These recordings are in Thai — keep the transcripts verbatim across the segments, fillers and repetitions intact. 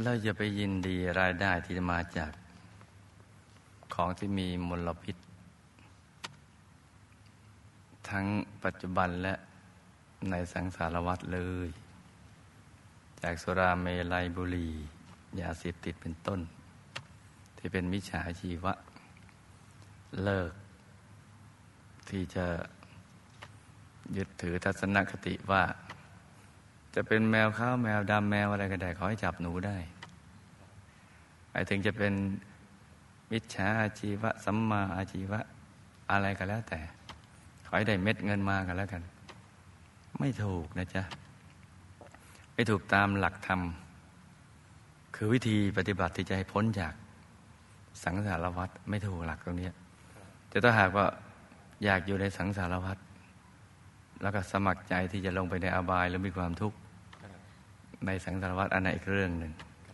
เราจะไปยินดีรายได้ที่จะมาจากของที่มีมลพิษทั้งปัจจุบันและในสังสารวัฏเลยจากสุราเมลัยบุหรี่ยาเสพติดเป็นต้นที่เป็นมิจฉาชีวะเลิกที่จะยึดถือทัศนคติว่าจะเป็นแมวขาวแมวดำแมวอะไรก็ได้ขอให้จับหนูได้หมายถึงจะเป็นมิจฉาอาชีวะสัมมาอาชีวะอะไรก็แล้วแต่ขอให้ได้เม็ดเงินมากันแล้วกันไม่ถูกนะจ๊ะไม่ถูกตามหลักธรรมคือวิธีปฏิบัติที่จะให้พ้นจากสังสารวัฏไม่ถูกหลักตรงนี้แต่ถ้าหากว่าอยากอยู่ในสังสารวัฏแล้วก็สมัครใจที่จะลงไปในอบายแล้วมีความทุกข์ในสังสารวัฏอันนั้นอีกเรื่องหนึ่ง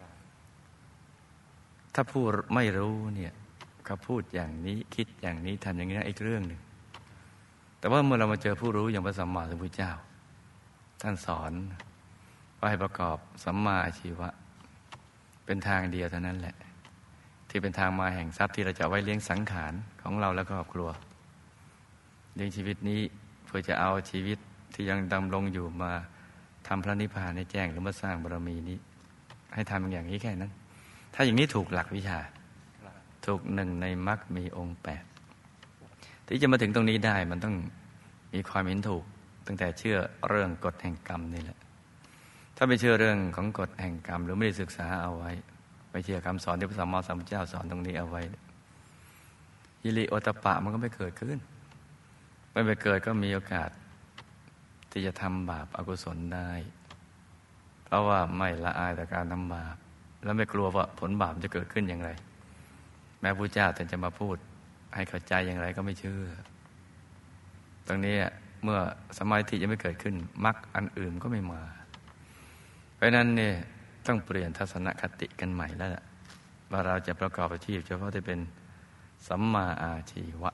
ถ้าผู้ไม่รู้เนี่ยเขาพูดอย่างนี้คิดอย่างนี้ทำอย่างนี้อีกเรื่องหนึ่งแต่ว่าเมื่อเรามาเจอผู้รู้อย่างพระสัมมาสัมพุทธเจ้าท่านสอนว่าให้ประกอบสัมมาอาชีวะเป็นทางเดียวเท่านั้นแหละที่เป็นทางมาแห่งทรัพย์ที่เราจะไว้เลี้ยงสังขารของเราและครอบครัวเลี้ยงชีวิตนี้เพื่อจะเอาชีวิตที่ยังดำรงอยู่มาทำพระนิพพานให้แจ้งหรือมาสร้างบารมีนี้ให้ทำอย่างนี้แค่นั้นถ้าอย่างนี้ถูกหลักวิชาถูกหนึ่งในมรรคมีองค์แปดที่จะมาถึงตรงนี้ได้มันต้องมีความเห็นถูกตั้งแต่เชื่อเรื่องกฎแห่งกรรมนี่แหละถ้าไม่เชื่อเรื่องของกฎแห่งกรรมหรือไม่ได้ศึกษาเอาไว้ไม่เชื่อคำสอนที่พระสัมมาสัมพุทธเจ้าสอนตรงนี้เอาไว้ฮิริโอตปปะมันก็ไม่เกิดขึ้นไม่ไปเกิดก็มีโอกาสที่จะทำบาปอกุศลได้เพราะว่าไม่ละอายต่อการทำบาปแล้วไม่กลัวว่าผลบาปจะเกิดขึ้นอย่างไรแม้พระเจ้าท่านจะมาพูดให้เข้าใจอย่างไรก็ไม่เชื่อตรงนี้เมื่อสมาธิยังไม่เกิดขึ้นมรรคอันอื่นก็ไม่มาเพราะนั้นเนี่ยต้องเปลี่ยนทัศนคติกันใหม่แล้วว่าเราจะประกอบอาชีพเฉพาะที่เป็นสัมมาอาชีวะ